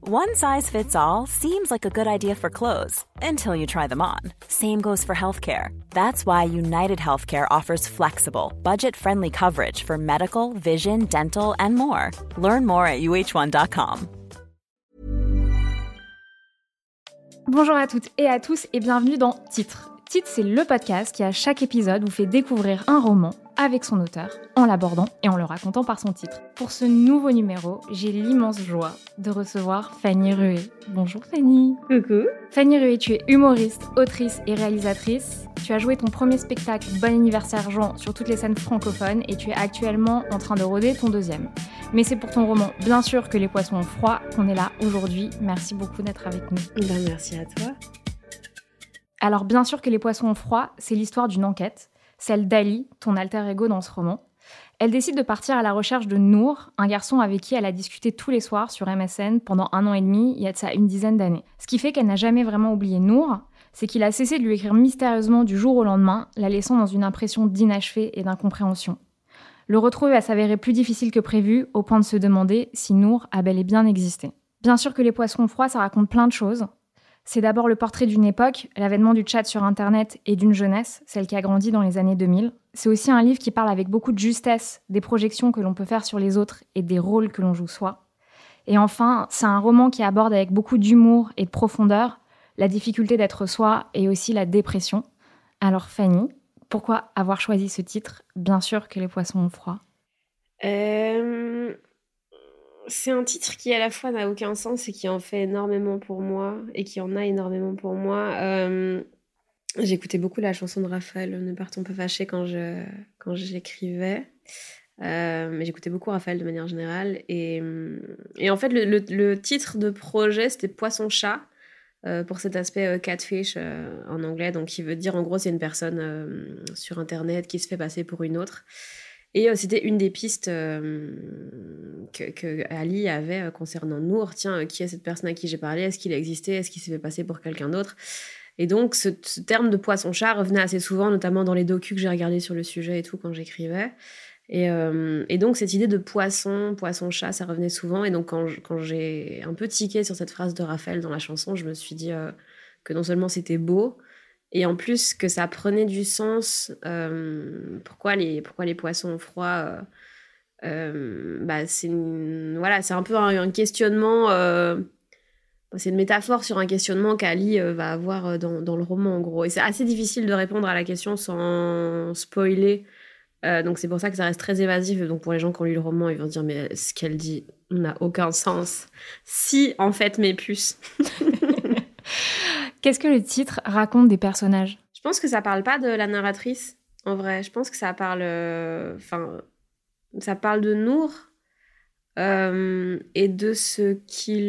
One size fits all seems like a good idea for clothes until you try them on. Same goes for healthcare. That's why United Healthcare offers flexible, budget-friendly coverage for medical, vision, dental, and more. Learn more at uh1.com. Bonjour à toutes et à tous et bienvenue dans Titre. Titre, c'est le podcast qui à chaque épisode vous fait découvrir un roman avec son auteur, en l'abordant et en le racontant par son titre. Pour ce nouveau numéro, j'ai l'immense joie de recevoir Fanny Rué. Bonjour Fanny. Coucou. Fanny Rué, tu es humoriste, autrice et réalisatrice. Tu as joué ton premier spectacle Bon anniversaire Jean sur toutes les scènes francophones et tu es actuellement en train de roder ton deuxième. Mais c'est pour ton roman Bien sûr que les poissons ont froid qu'on est là aujourd'hui. Merci beaucoup d'être avec nous. Merci à toi. Alors bien sûr que les poissons ont froid, c'est l'histoire d'une enquête, celle d'Ali, ton alter ego dans ce roman. Elle décide de partir à la recherche de Nour, un garçon avec qui elle a discuté tous les soirs sur MSN pendant 1 an et demi, il y a de ça une dizaine d'années. Ce qui fait qu'elle n'a jamais vraiment oublié Nour, c'est qu'il a cessé de lui écrire mystérieusement du jour au lendemain, la laissant dans une impression d'inachevé et d'incompréhension. Le retrouver va s'avérer plus difficile que prévu, au point de se demander si Nour a bel et bien existé. Bien sûr que les poissons ont froid, ça raconte plein de choses. C'est d'abord le portrait d'une époque, l'avènement du chat sur Internet et d'une jeunesse, celle qui a grandi dans les années 2000. C'est aussi un livre qui parle avec beaucoup de justesse des projections que l'on peut faire sur les autres et des rôles que l'on joue soi. Et enfin, c'est un roman qui aborde avec beaucoup d'humour et de profondeur la difficulté d'être soi et aussi la dépression. Alors Fanny, pourquoi avoir choisi ce titre ? Bien sûr que les poissons ont froid. C'est un titre qui à la fois n'a aucun sens et qui en fait énormément pour moi et qui en a énormément pour moi. J'écoutais beaucoup la chanson de Raphaël, Ne partons pas fâchés quand j'écrivais. Mais j'écoutais beaucoup Raphaël de manière générale. Et en fait, le titre de projet, c'était Poisson-chat, pour cet aspect catfish en anglais. Donc, qui veut dire, en gros, c'est une personne sur Internet qui se fait passer pour une autre. Et c'était une des pistes que Ali avait concernant Nour. Tiens, qui est cette personne à qui j'ai parlé ? Est-ce qu'il a existé ? Est-ce qu'il s'est fait passer pour quelqu'un d'autre ? Et donc, ce terme de poisson-chat revenait assez souvent, notamment dans les docus que j'ai regardés sur le sujet et tout quand j'écrivais. Et donc, cette idée de poisson-chat, ça revenait souvent. Et donc, quand j'ai un peu tiqué sur cette phrase de Raphaël dans la chanson, je me suis dit que non seulement c'était beau, et en plus que ça prenait du sens. Pourquoi les poissons ont froid c'est un peu un questionnement. C'est une métaphore sur un questionnement qu'Ali va avoir dans le roman, en gros. Et c'est assez difficile de répondre à la question sans spoiler. Donc c'est pour ça que ça reste très évasif. Donc pour les gens qui ont lu le roman, ils vont se dire mais ce qu'elle dit n'a aucun sens. Si, en fait, mes puces. Qu'est-ce que le titre raconte des personnages ? Je pense que ça parle pas de la narratrice, en vrai. Je pense que ça parle... ça parle de Nour et de ce qu'il...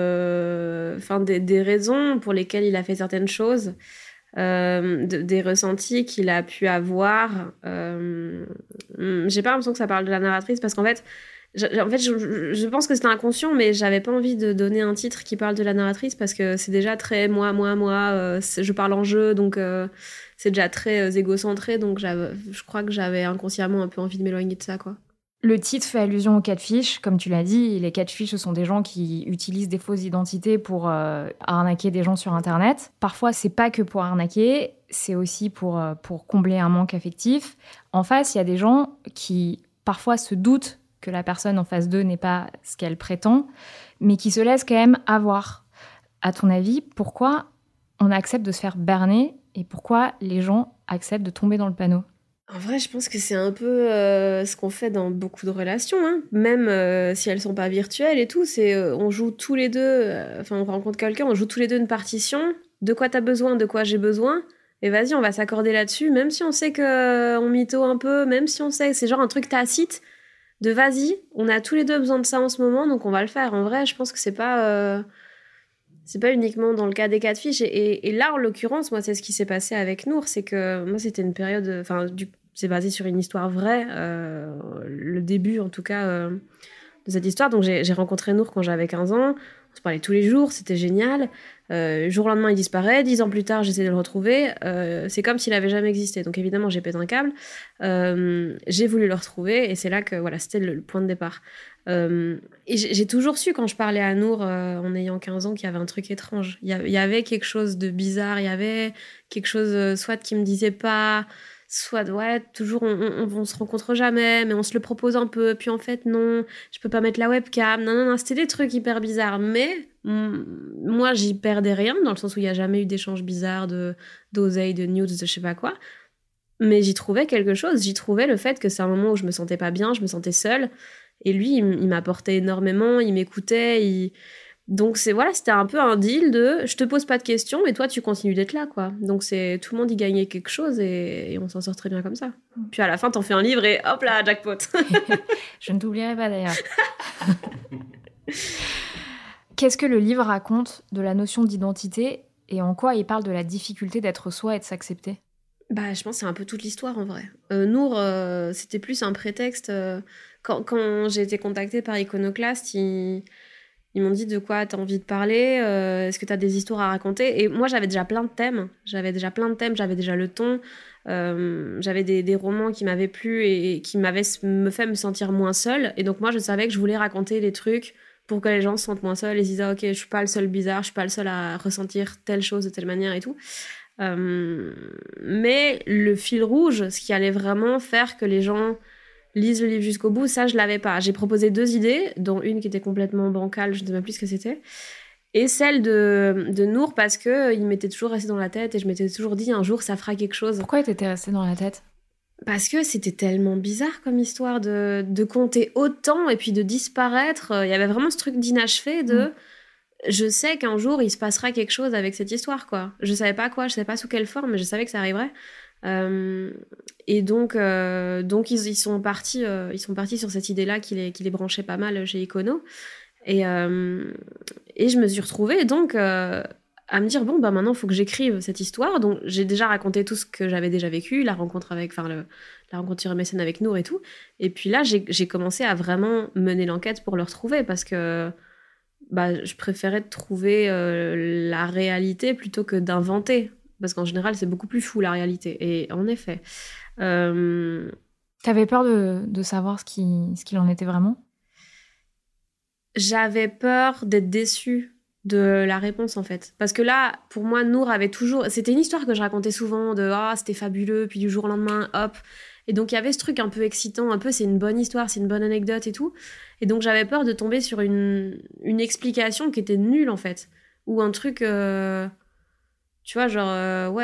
des raisons pour lesquelles il a fait certaines choses, des ressentis qu'il a pu avoir. J'ai pas l'impression que ça parle de la narratrice, parce qu'en fait... Je pense que c'était inconscient, mais j'avais pas envie de donner un titre qui parle de la narratrice, parce que c'est déjà très moi, je parle en jeu, donc c'est déjà très égocentré, donc je crois que j'avais inconsciemment un peu envie de m'éloigner de ça, quoi. Le titre fait allusion aux catfish, comme tu l'as dit. Les catfish, ce sont des gens qui utilisent des fausses identités pour arnaquer des gens sur Internet. Parfois, c'est pas que pour arnaquer, c'est aussi pour combler un manque affectif. En face, il y a des gens qui parfois se doutent que la personne en face d'eux n'est pas ce qu'elle prétend, mais qui se laissent quand même avoir. À ton avis, pourquoi on accepte de se faire berner et pourquoi les gens acceptent de tomber dans le panneau ? En vrai, je pense que c'est un peu ce qu'on fait dans beaucoup de relations, hein. Même si elles sont pas virtuelles et tout, c'est on joue tous les deux, on rencontre quelqu'un, on joue tous les deux une partition, de quoi t'as besoin, de quoi j'ai besoin, et vas-y, on va s'accorder là-dessus, même si on sait qu'on mytho un peu, même si on sait que c'est genre un truc tacite, de vas-y, on a tous les deux besoin de ça en ce moment, donc on va le faire. En vrai, je pense que c'est pas uniquement dans le cas des catfish. Et là, en l'occurrence, moi, c'est ce qui s'est passé avec Nour. C'est que moi, c'était une période... c'est basé sur une histoire vraie, le début, en tout cas, de cette histoire. Donc, j'ai rencontré Nour quand j'avais 15 ans. On se parlait tous les jours, c'était génial. Jour au lendemain, il disparaît. 10 ans plus tard, j'essaie de le retrouver. C'est comme s'il avait jamais existé. Donc évidemment, j'ai pété un câble. J'ai voulu le retrouver et c'est là que voilà, c'était le point de départ. Et j'ai toujours su quand je parlais à Nour en ayant 15 ans qu'il y avait un truc étrange. Il y avait quelque chose de bizarre, il y avait quelque chose soit qui me disait pas, soit ouais, toujours on se rencontre jamais, mais on se le propose un peu, puis en fait non, je peux pas mettre la webcam, non, c'était des trucs hyper bizarres, mais moi j'y perdais rien, dans le sens où il y a jamais eu d'échanges bizarres, d'oseille, de nudes, de je sais pas quoi. Mais j'y trouvais quelque chose, j'y trouvais le fait que c'est un moment où je me sentais pas bien, je me sentais seule. Et lui, il m'apportait énormément, il m'écoutait. Donc c'était un peu un deal de je te pose pas de questions, mais toi tu continues d'être là, quoi. Donc tout le monde y gagnait quelque chose et on s'en sort très bien comme ça. Puis à la fin, t'en fais un livre et hop là, jackpot. Je ne t'oublierai pas d'ailleurs. Qu'est-ce que le livre raconte de la notion d'identité et en quoi il parle de la difficulté d'être soi et de s'accepter ? Bah, je pense que c'est un peu toute l'histoire en vrai. Nour, c'était plus un prétexte. Quand j'ai été contactée par Iconoclast, ils m'ont dit de quoi t'as envie de parler, est-ce que t'as des histoires à raconter. Et moi, j'avais déjà plein de thèmes, j'avais déjà le ton, j'avais des romans qui m'avaient plu et qui m'avaient me fait me sentir moins seule. Et donc moi, je savais que je voulais raconter les trucs pour que les gens se sentent moins seuls et se disent ok, je suis pas le seul bizarre, je suis pas le seul à ressentir telle chose de telle manière et tout. Mais le fil rouge, ce qui allait vraiment faire que les gens lisent le livre jusqu'au bout, ça je l'avais pas. J'ai proposé 2 idées, dont une qui était complètement bancale, je ne sais même plus ce que c'était, et celle de Nour parce que il m'était toujours resté dans la tête et je m'étais toujours dit un jour ça fera quelque chose. Pourquoi il t'était resté dans la tête ? Parce que c'était tellement bizarre comme histoire de compter autant et puis de disparaître. Il y avait vraiment ce truc d'inachevé de je sais qu'un jour il se passera quelque chose avec cette histoire, quoi. Je savais pas quoi, je savais pas sous quelle forme, mais je savais que ça arriverait. Et donc ils sont partis sur cette idée-là qui les branchait pas mal chez Icono. Et je me suis retrouvée donc à me dire bon bah maintenant il faut que j'écrive cette histoire. Donc j'ai déjà raconté tout ce que j'avais déjà vécu, la rencontre sur MSN avec Nour et tout. Et puis là j'ai commencé à vraiment mener l'enquête pour le retrouver parce que je préférais trouver la réalité plutôt que d'inventer. Parce qu'en général, c'est beaucoup plus fou, la réalité. Et en effet... T'avais peur de savoir ce qu'il en était vraiment ? J'avais peur d'être déçue de la réponse, en fait. Parce que là, pour moi, Nour avait toujours... C'était une histoire que je racontais souvent de « Ah, c'était fabuleux », puis du jour au lendemain, hop. Et donc, il y avait ce truc un peu excitant, un peu c'est une bonne histoire, c'est une bonne anecdote et tout. Et donc, j'avais peur de tomber sur une explication qui était nulle, en fait. Ou un truc... tu vois, genre,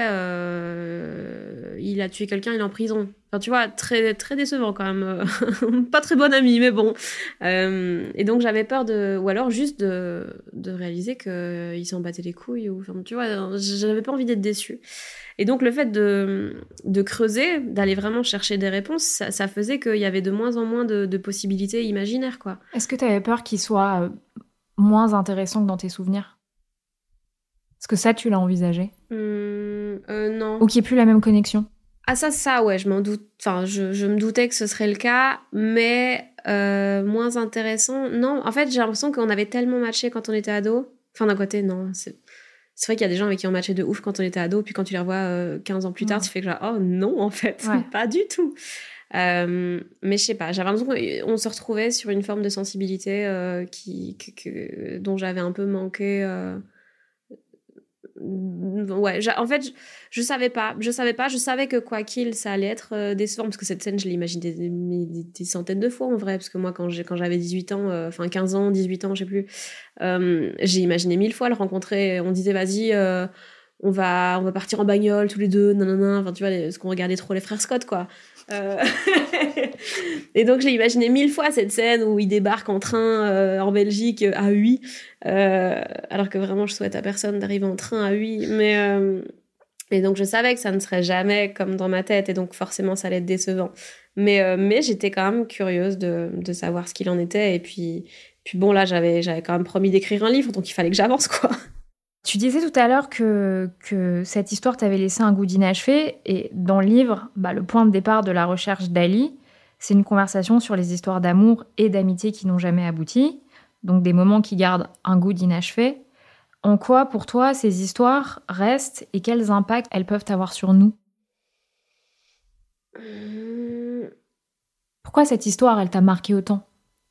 il a tué quelqu'un, il est en prison. Enfin, tu vois, très, très décevant quand même. Pas très bon ami, mais bon. Et donc, j'avais peur ou alors juste de réaliser qu'il s'en battait les couilles. Enfin, tu vois, j'avais pas envie d'être déçue. Et donc, le fait de creuser, d'aller vraiment chercher des réponses, ça faisait qu'il y avait de moins en moins de possibilités imaginaires, quoi. Est-ce que t'avais peur qu'il soit moins intéressant que dans tes souvenirs ? Est-ce que ça, tu l'as envisagé ? Non. Ou qu'il n'y ait plus la même connexion ? Ah ça, ouais, je m'en doute. Enfin, je me doutais que ce serait le cas, mais moins intéressant. Non, en fait, j'ai l'impression qu'on avait tellement matché quand on était ado. Enfin, d'un côté, non. C'est vrai qu'il y a des gens avec qui on matchait de ouf quand on était ado, puis quand tu les revois 15 ans plus tard, tu fais que genre, oh non, en fait, pas du tout. Mais je sais pas, j'avais l'impression qu'on se retrouvait sur une forme de sensibilité dont j'avais un peu manqué... Ouais, en fait, je savais pas. Je savais que quoi qu'il, ça allait être décevant parce que cette scène, je l'ai imaginée des centaines de fois en vrai. Parce que moi, quand j'avais 18 ans, 15 ans, 18 ans, je sais plus, j'ai imaginé 1000 fois le rencontrer. On disait, vas-y, on va partir en bagnole tous les deux, nanana. Enfin, tu vois, parce qu'on regardait trop les frères Scott, quoi. Et donc, j'ai imaginé 1000 fois cette scène où il débarque en train en Belgique à Huy. Alors que vraiment, je souhaite à personne d'arriver en train à Huy. Et donc, je savais que ça ne serait jamais comme dans ma tête. Et donc, forcément, ça allait être décevant. Mais j'étais quand même curieuse de savoir ce qu'il en était. Et puis bon, là, j'avais quand même promis d'écrire un livre. Donc, il fallait que j'avance, quoi. Tu disais tout à l'heure que cette histoire t'avait laissé un goût d'inachevé. Et dans le livre, le point de départ de la recherche d'Ali, c'est une conversation sur les histoires d'amour et d'amitié qui n'ont jamais abouti. Donc des moments qui gardent un goût d'inachevé. En quoi, pour toi, ces histoires restent et quels impacts elles peuvent avoir sur nous ? Pourquoi cette histoire, elle t'a marqué autant ?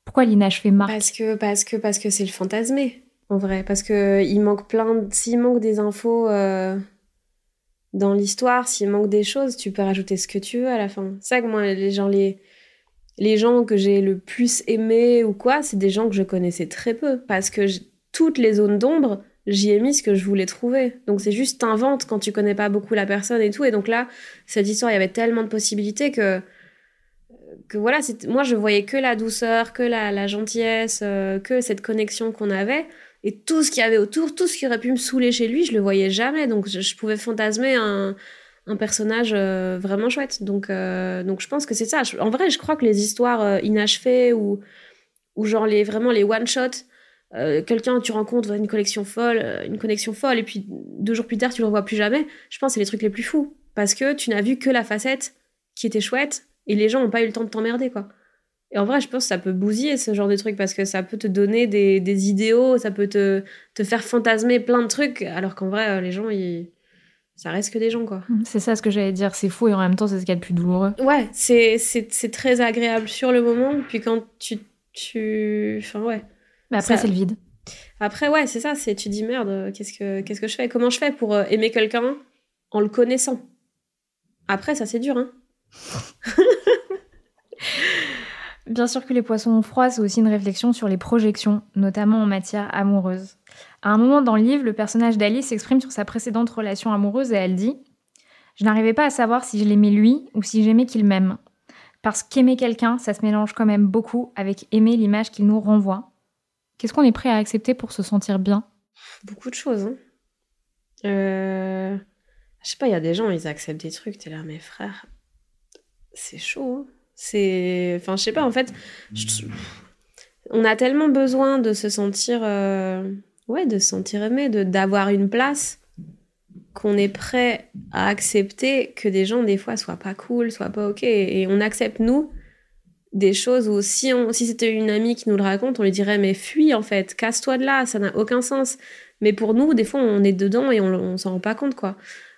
Pourquoi l'inachevé marque? Parce que c'est le fantasmé, en vrai. Parce que s'il manque des infos dans l'histoire, s'il manque des choses, tu peux rajouter ce que tu veux à la fin. C'est ça que moi, les gens que j'ai le plus aimés ou quoi, c'est des gens que je connaissais très peu. Parce que toutes les zones d'ombre, j'y ai mis ce que je voulais trouver. Donc c'est juste t'inventes quand tu connais pas beaucoup la personne et tout. Et donc là, cette histoire, il y avait tellement de possibilités que voilà, moi je voyais que la douceur, que la gentillesse, que cette connexion qu'on avait. Et tout ce qu'il y avait autour, tout ce qui aurait pu me saouler chez lui, je le voyais jamais. Donc je pouvais fantasmer un personnage vraiment chouette. Donc je pense que c'est ça. En vrai, je crois que les histoires inachevées ou genre vraiment les one-shots, quelqu'un tu rencontres une connexion folle, et puis 2 jours plus tard, tu le revois plus jamais. Je pense que c'est les trucs les plus fous. Parce que tu n'as vu que la facette qui était chouette et les gens n'ont pas eu le temps de t'emmerder, quoi. Et en vrai, je pense que ça peut bousiller ce genre de truc parce que ça peut te donner des idéaux, ça peut te faire fantasmer plein de trucs, alors qu'en vrai, les gens, ça reste que des gens, quoi. C'est ça ce que j'allais dire, c'est fou et en même temps, c'est ce qu'il y a de plus douloureux. Ouais, c'est très agréable sur le moment, puis quand enfin, ouais. Mais après, c'est le vide. Après, ouais, c'est ça, tu dis merde, qu'est-ce que je fais? Comment je fais pour aimer quelqu'un en le connaissant? Après, ça, c'est dur, hein. Bien sûr que Les Poissons froids, c'est aussi une réflexion sur les projections, notamment en matière amoureuse. À un moment dans le livre, le personnage d'Alice s'exprime sur sa précédente relation amoureuse et elle dit « Je n'arrivais pas à savoir si je l'aimais lui ou si j'aimais qu'il m'aime. Parce qu'aimer quelqu'un, ça se mélange quand même beaucoup avec aimer l'image qu'il nous renvoie. Qu'est-ce qu'on est prêt à accepter pour se sentir bien ?» Beaucoup de choses, hein. Je sais pas, il y a des gens, ils acceptent des trucs, t'es là, mes frères, c'est chaud, hein. Enfin, je sais pas, en fait, on a tellement besoin de se sentir, de se sentir aimé, d'avoir une place, qu'on est prêt à accepter que des gens, des fois, soient pas cool, soient pas ok. Et on accepte, nous, des choses où si c'était une amie qui nous le raconte, on lui dirait, mais fuis, en fait, casse-toi de là, ça n'a aucun sens. Mais pour nous, des fois, on est dedans et on s'en rend pas compte, quoi.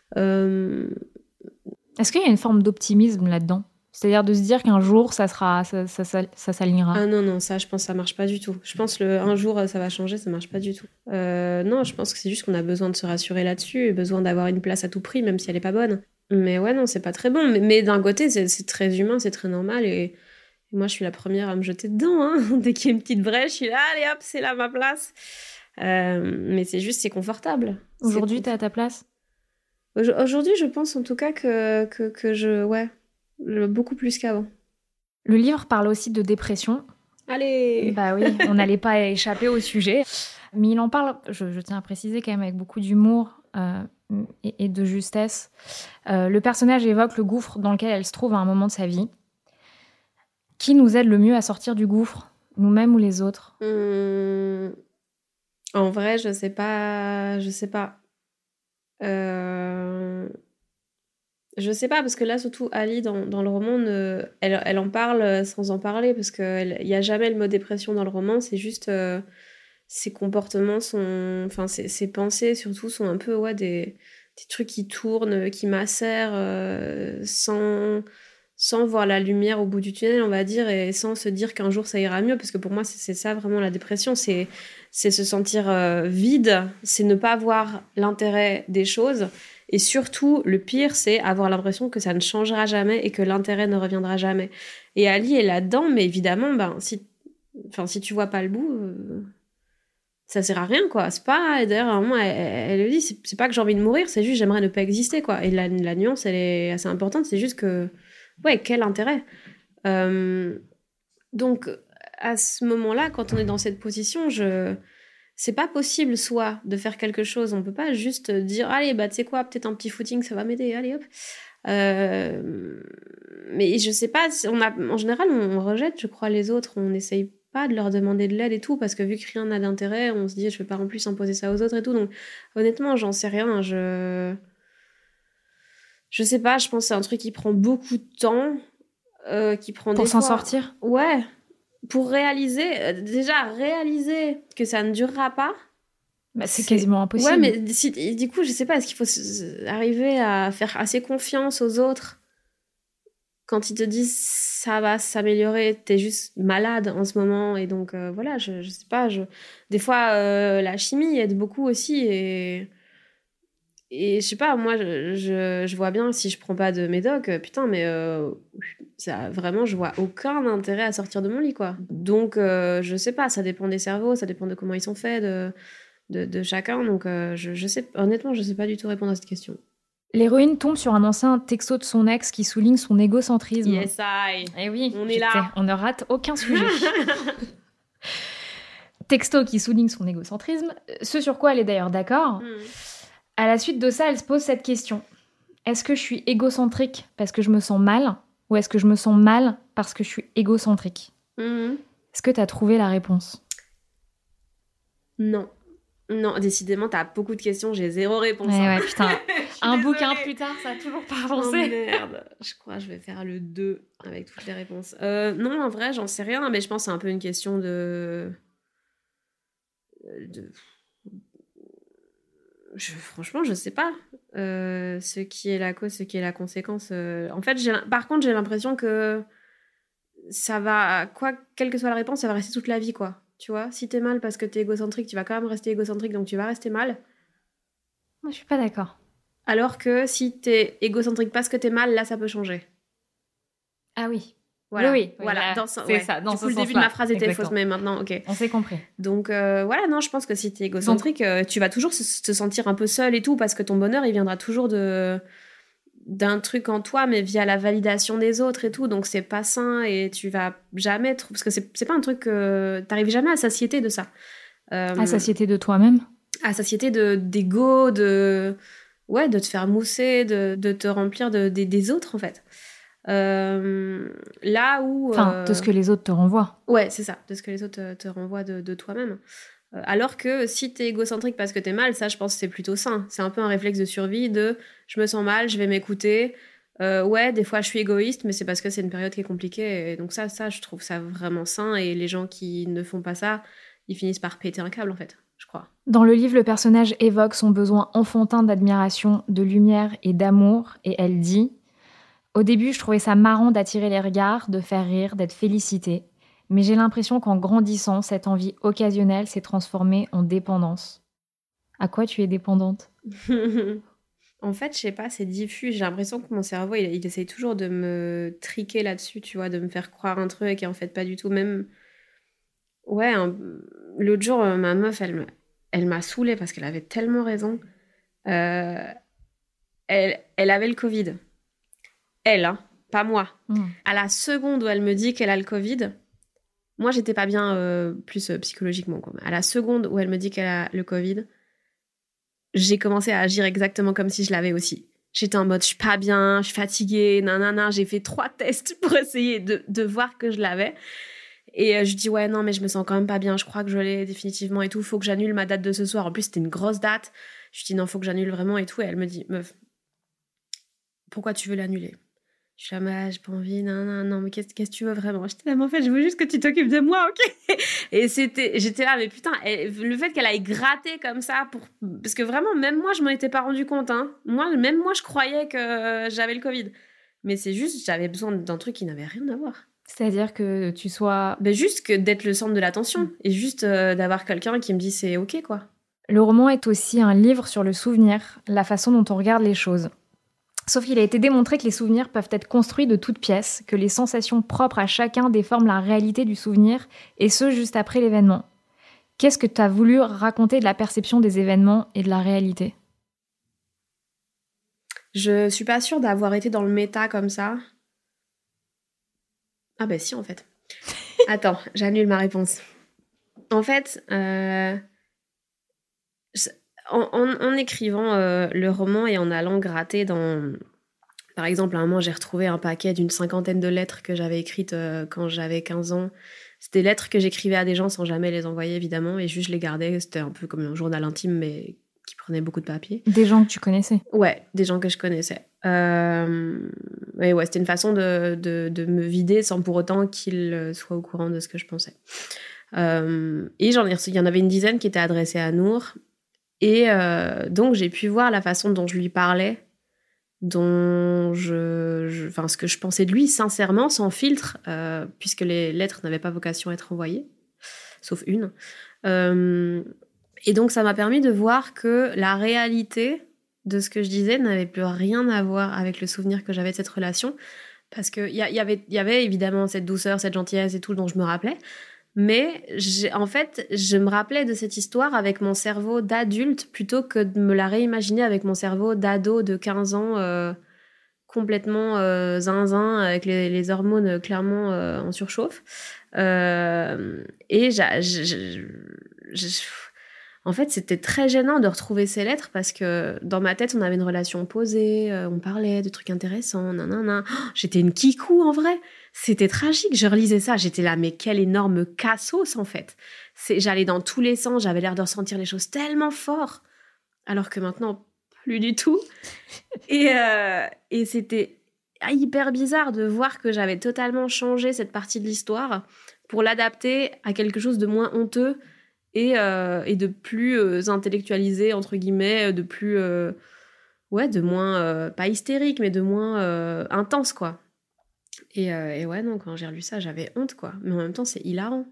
Est-ce qu'il y a une forme d'optimisme là-dedans ? C'est-à-dire de se dire qu'un jour, ça s'alignera. Ah non, ça, je pense que ça marche pas du tout. Je pense que un jour, ça va changer, ça marche pas du tout. Non, je pense que c'est juste qu'on a besoin de se rassurer là-dessus, besoin d'avoir une place à tout prix, même si elle est pas bonne. Mais ouais, non, c'est pas très bon. Mais d'un côté, c'est très humain, c'est très normal. Et moi, je suis la première à me jeter dedans. Hein. Dès qu'il y a une petite brèche, je suis là, allez hop, c'est là ma place. Mais c'est juste, c'est confortable. Aujourd'hui, t'es à ta place ? Aujourd'hui, je pense en tout cas que je... Ouais. Beaucoup plus qu'avant. Le livre parle aussi de dépression. Allez! Bah oui, on n'allait pas échapper au sujet. Mais il en parle, je tiens à préciser quand même, avec beaucoup d'humour et de justesse. Le personnage évoque le gouffre dans lequel elle se trouve à un moment de sa vie. Qui nous aide le mieux à sortir du gouffre ? Nous-mêmes ou les autres ? En vrai, je sais pas. Je sais pas, parce que là, surtout, Ali, dans le roman, elle en parle sans en parler, parce qu'il n'y a jamais le mot dépression dans le roman, c'est juste ses comportements enfin, ses pensées, surtout, sont un peu, des trucs qui tournent, qui macèrent, sans voir la lumière au bout du tunnel, on va dire, et sans se dire qu'un jour ça ira mieux, parce que pour moi, c'est ça vraiment la dépression, c'est se sentir vide, c'est ne pas voir l'intérêt des choses. Et surtout, le pire, c'est avoir l'impression que ça ne changera jamais et que l'intérêt ne reviendra jamais. Et Ali est là-dedans, mais évidemment, si tu vois pas le bout, ça sert à rien, quoi. C'est pas... D'ailleurs, à un moment, elle le dit, c'est pas que j'ai envie de mourir, c'est juste j'aimerais ne pas exister, quoi. Et la nuance, elle est assez importante, c'est juste que... Ouais, quel intérêt ? Donc, à ce moment-là, quand on est dans cette position, c'est pas possible, soit, de faire quelque chose. On peut pas juste dire, allez, tu sais quoi, peut-être un petit footing, ça va m'aider, allez, hop. Mais je sais pas, en général, on rejette, je crois, les autres. On n'essaye pas de leur demander de l'aide et tout, parce que vu que rien n'a d'intérêt, on se dit, je vais pas en plus imposer ça aux autres et tout. Donc, honnêtement, j'en sais rien. Je sais pas, je pense que c'est un truc qui prend beaucoup de temps, qui prend pour des s'en fois... sortir ? Ouais. Pour réaliser que ça ne durera pas. Bah, c'est quasiment impossible. Ouais, mais du coup, je sais pas, est-ce qu'il faut arriver à faire assez confiance aux autres quand ils te disent ça va s'améliorer, t'es juste malade en ce moment. Et donc, voilà, je sais pas. Des fois, la chimie aide beaucoup aussi. Et je sais pas, moi, je vois bien si je prends pas de médoc, putain, mais ça, vraiment, je vois aucun intérêt à sortir de mon lit, quoi. Donc, je sais pas, ça dépend des cerveaux, ça dépend de comment ils sont faits, de chacun. Donc, je sais, honnêtement, je sais pas du tout répondre à cette question. L'héroïne tombe sur un ancien texto de son ex qui souligne son égocentrisme. Yes, I. Eh oui, on est là. On ne rate aucun sujet. Texto qui souligne son égocentrisme, ce sur quoi elle est d'ailleurs d'accord. À la suite de ça, elle se pose cette question. Est-ce que je suis égocentrique parce que je me sens mal ou est-ce que je me sens mal parce que je suis égocentrique ? Est-ce que tu as trouvé la réponse ? Non, décidément, t'as beaucoup de questions, j'ai zéro réponse. Ouais, putain. Un bouquin plus tard, ça a toujours pas avancé. Oh merde, je crois que je vais faire le 2 avec toutes les réponses. Non, en vrai, j'en sais rien, mais je pense que c'est un peu une question de... Franchement, je sais pas. Ce qui est la cause, ce qui est la conséquence. En fait, par contre, j'ai l'impression que ça va... quelle que soit la réponse, ça va rester toute la vie, quoi. Tu vois, si t'es mal parce que t'es égocentrique, tu vas quand même rester égocentrique, donc tu vas rester mal. Moi, je suis pas d'accord. Alors que si t'es égocentrique parce que t'es mal, là, ça peut changer. Ah oui. Voilà. Oui. Voilà. Là, c'est ça. Dans du ce coup, le début de ma phrase était fausse, mais maintenant, ok. On s'est compris. Donc, voilà, non, je pense que si t'es égocentrique, tu vas toujours te sentir un peu seul et tout, parce que ton bonheur, il viendra toujours d'un truc en toi, mais via la validation des autres et tout, donc c'est pas sain et tu vas jamais... Parce que c'est pas un truc... T'arrives jamais à satiété de ça. À satiété de toi-même ? À satiété d'ego, de te faire mousser, de te remplir des autres, en fait. Là où... Enfin, de ce que les autres te renvoient. Ouais, c'est ça, de ce que les autres te renvoient de toi-même. Alors que si t'es égocentrique parce que t'es mal, ça, je pense que c'est plutôt sain. C'est un peu un réflexe de survie de « je me sens mal, je vais m'écouter ». Ouais, des fois, je suis égoïste, mais c'est parce que c'est une période qui est compliquée. Et donc ça, je trouve ça vraiment sain. Et les gens qui ne font pas ça, ils finissent par péter un câble, en fait, je crois. Dans le livre, le personnage évoque son besoin enfantin d'admiration, de lumière et d'amour. Et elle dit « Au début, je trouvais ça marrant d'attirer les regards, de faire rire, d'être félicitée. Mais j'ai l'impression qu'en grandissant, cette envie occasionnelle s'est transformée en dépendance. » À quoi tu es dépendante ? En fait, je sais pas, c'est diffus. J'ai l'impression que mon cerveau, il essaye toujours de me triquer là-dessus, tu vois, de me faire croire un truc et en fait pas du tout. Même, ouais, l'autre jour, ma meuf, elle m'a saoulée parce qu'elle avait tellement raison. Elle avait le Covid. Elle, hein, pas moi. À la seconde où elle me dit qu'elle a le Covid, moi, j'étais pas bien plus psychologiquement, quoi. À la seconde où elle me dit qu'elle a le Covid, j'ai commencé à agir exactement comme si je l'avais aussi. J'étais en mode, je suis pas bien, je suis fatiguée, nanana. J'ai fait 3 tests pour essayer de voir que je l'avais. Et je dis, ouais, non, mais je me sens quand même pas bien. Je crois que je l'ai définitivement et tout. Faut que j'annule ma date de ce soir. En plus, c'était une grosse date. Je dis, non, faut que j'annule vraiment et tout. Et elle me dit, meuf, pourquoi tu veux l'annuler ? Je suis là, mais j'ai pas envie, non, mais qu'est-ce que tu veux vraiment ? J'étais là, mais en fait, je veux juste que tu t'occupes de moi, ok ? Et j'étais là, mais putain, le fait qu'elle aille gratter comme ça, parce que vraiment, même moi, je m'en étais pas rendu compte, hein. Même moi, je croyais que j'avais le Covid. Mais c'est juste, j'avais besoin d'un truc qui n'avait rien à voir. C'est-à-dire que tu sois... Juste que d'être le centre de l'attention, et juste d'avoir quelqu'un qui me dit c'est ok, quoi. Le roman est aussi un livre sur le souvenir, la façon dont on regarde les choses. Sauf qu'il a été démontré que les souvenirs peuvent être construits de toutes pièces, que les sensations propres à chacun déforment la réalité du souvenir, et ce, juste après l'événement. Qu'est-ce que tu as voulu raconter de la perception des événements et de la réalité ? Je suis pas sûre d'avoir été dans le méta comme ça. Ah bah si, en fait. Attends, j'annule ma réponse. En fait, en écrivant le roman et en allant gratter dans... Par exemple, à un moment, j'ai retrouvé un paquet d'une 50aine de lettres que j'avais écrites quand j'avais 15 ans. C'était des lettres que j'écrivais à des gens sans jamais les envoyer, évidemment, et juste je les gardais. C'était un peu comme un journal intime, mais qui prenait beaucoup de papier. Des gens que tu connaissais ? Ouais, des gens que je connaissais. Et ouais, c'était une façon de me vider sans pour autant qu'ils soient au courant de ce que je pensais. Et il y en avait une dizaine qui étaient adressées à Nour. Et donc, j'ai pu voir la façon dont je lui parlais dont enfin, ce que je pensais de lui sincèrement, sans filtre, puisque les lettres n'avaient pas vocation à être envoyées, sauf une. Et donc ça m'a permis de voir que la réalité de ce que je disais n'avait plus rien à voir avec le souvenir que j'avais de cette relation, parce qu'il y avait évidemment cette douceur, cette gentillesse et tout dont je me rappelais, mais en fait, je me rappelais de cette histoire avec mon cerveau d'adulte plutôt que de me la réimaginer avec mon cerveau d'ado de 15 ans, complètement zinzin, avec les hormones clairement en surchauffe. Et en fait, c'était très gênant de retrouver ces lettres parce que dans ma tête, on avait une relation posée, on parlait de trucs intéressants, nanana. Oh, j'étais une kikou en vrai. C'était tragique. Je relisais ça, j'étais là, mais quel énorme cassos en fait. J'allais dans tous les sens, j'avais l'air de ressentir les choses tellement fort, alors que maintenant, plus du tout. Et c'était hyper bizarre de voir que j'avais totalement changé cette partie de l'histoire pour l'adapter à quelque chose de moins honteux et de plus intellectualisé, entre guillemets, de plus... de moins... pas hystérique, mais de moins intense, quoi. Et ouais, non, quand j'ai relu ça, j'avais honte, quoi. Mais en même temps, c'est hilarant.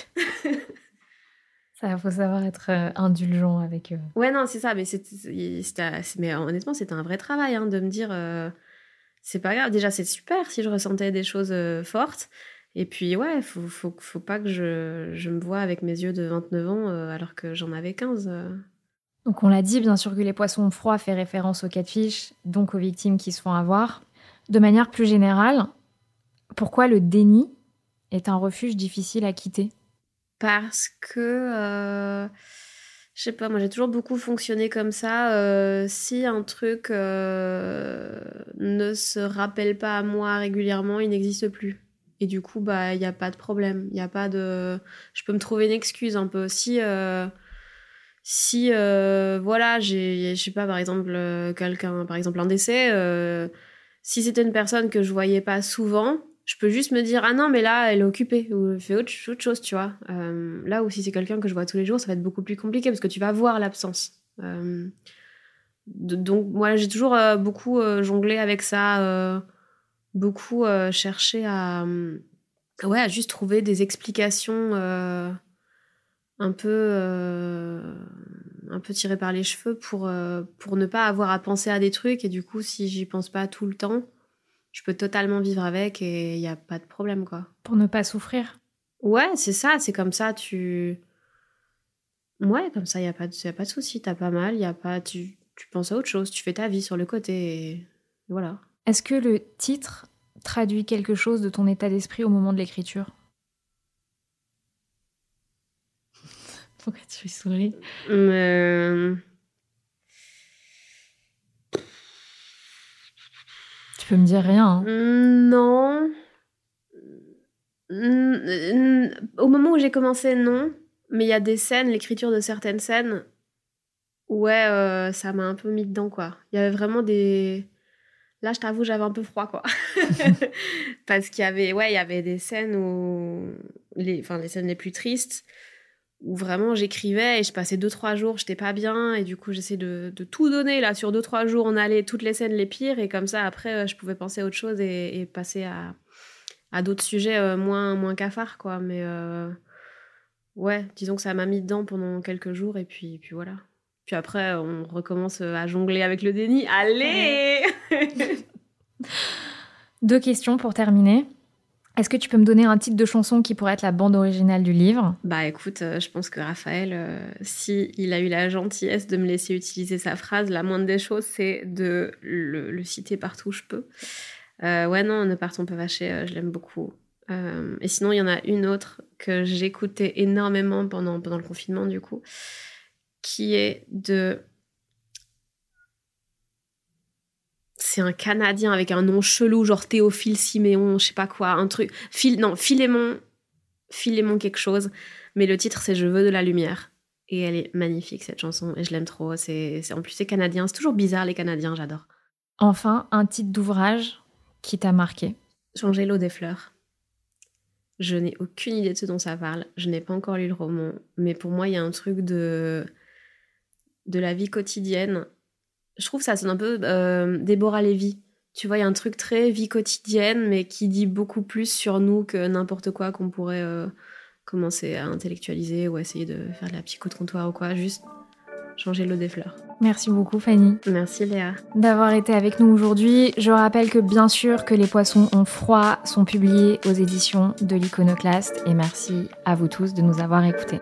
Ça, faut savoir être indulgent avec eux. Ouais, non, c'est ça. Mais honnêtement, c'était un vrai travail, hein, de me dire... c'est pas grave. Déjà, c'est super si je ressentais des choses fortes. Et puis, ouais, faut pas que je me voie avec mes yeux de 29 ans alors que j'en avais 15. Donc, on l'a dit, bien sûr que les poissons froids fait référence aux catfish, donc aux victimes qui se font avoir. De manière plus générale, pourquoi le déni est un refuge difficile à quitter ? Parce que, je sais pas, moi j'ai toujours beaucoup fonctionné comme ça. Si un truc ne se rappelle pas à moi régulièrement, il n'existe plus. Et du coup, bah, il n'y a pas de problème. Il y a pas de... Je peux me trouver une excuse un peu. Si voilà, je sais pas, par exemple, par exemple, un décès, si c'était une personne que je voyais pas souvent, je peux juste me dire, ah non, mais là, elle est occupée, ou elle fait autre chose, tu vois. Là où si c'est quelqu'un que je vois tous les jours, ça va être beaucoup plus compliqué, parce que tu vas voir l'absence. Donc, moi, j'ai toujours beaucoup jonglé avec ça, beaucoup cherché à juste trouver des explications un peu tirées par les cheveux pour ne pas avoir à penser à des trucs. Et du coup, si j'y pense pas tout le temps, je peux totalement vivre avec et il n'y a pas de problème, quoi. Pour ne pas souffrir. Ouais, c'est ça, c'est comme ça, Ouais, comme ça, il n'y a pas de souci, t'as pas mal, tu penses à autre chose, tu fais ta vie sur le côté, et voilà. Est-ce que le titre traduit quelque chose de ton état d'esprit au moment de l'écriture ? Pourquoi tu souris ? Tu peux me dire rien, hein. Non. Au moment où j'ai commencé, non. Mais il y a des scènes, l'écriture de certaines scènes, ouais, ça m'a un peu mis dedans, quoi. Il y avait vraiment des... Là, je t'avoue, j'avais un peu froid, quoi. Parce qu'il y avait des scènes où... les scènes les plus tristes, où vraiment j'écrivais et je passais 2-3 jours, j'étais pas bien, et du coup, j'essaie de tout donner, là, sur 2-3 jours, on allait toutes les scènes les pires, et comme ça, après, je pouvais penser à autre chose et passer à d'autres sujets moins cafards, quoi. Mais ouais, disons que ça m'a mis dedans pendant quelques jours, et puis voilà. Puis après, on recommence à jongler avec le déni. Allez! 2 questions pour terminer. Est-ce que tu peux me donner un titre de chanson qui pourrait être la bande originale du livre ? Bah écoute, je pense que Raphaël, si il a eu la gentillesse de me laisser utiliser sa phrase, la moindre des choses, c'est de le citer partout où je peux. Ouais, non, Ne partons pas fâchés, je l'aime beaucoup. Et sinon, il y en a une autre que j'écoutais énormément pendant le confinement, du coup, qui est de... C'est un Canadien avec un nom chelou, genre Théophile Siméon, je sais pas quoi, un truc... Philémon quelque chose. Mais le titre, c'est « Je veux de la lumière ». Et elle est magnifique, cette chanson, et je l'aime trop. En plus, c'est canadien. C'est toujours bizarre, les Canadiens, j'adore. Enfin, un titre d'ouvrage qui t'a marqué ? Changer l'eau des fleurs. Je n'ai aucune idée de ce dont ça parle. Je n'ai pas encore lu le roman. Mais pour moi, il y a un truc de la vie quotidienne. Je trouve que ça sonne un peu Déborah Lévy. Tu vois, il y a un truc très vie quotidienne, mais qui dit beaucoup plus sur nous que n'importe quoi qu'on pourrait commencer à intellectualiser ou essayer de faire de la psycho de comptoir ou quoi. Juste changer l'eau des fleurs. Merci beaucoup Fanny. Merci Léa. D'avoir été avec nous aujourd'hui. Je rappelle que bien sûr que Les Poissons ont froid sont publiés aux éditions de l'Iconoclaste et merci à vous tous de nous avoir écoutés.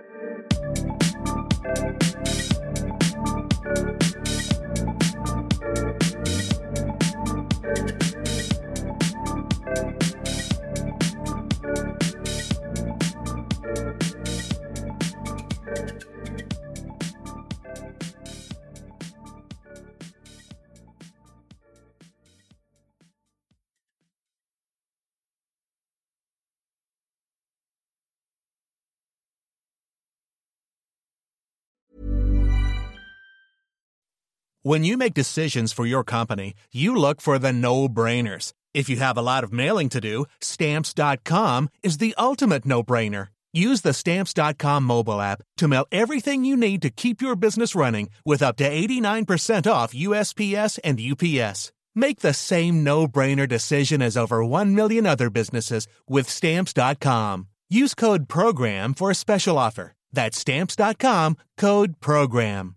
When you make decisions for your company, you look for the no-brainers. If you have a lot of mailing to do, Stamps.com is the ultimate no-brainer. Use the Stamps.com mobile app to mail everything you need to keep your business running with up to 89% off USPS and UPS. Make the same no-brainer decision as over 1 million other businesses with Stamps.com. Use code PROGRAM for a special offer. That's Stamps.com, code PROGRAM.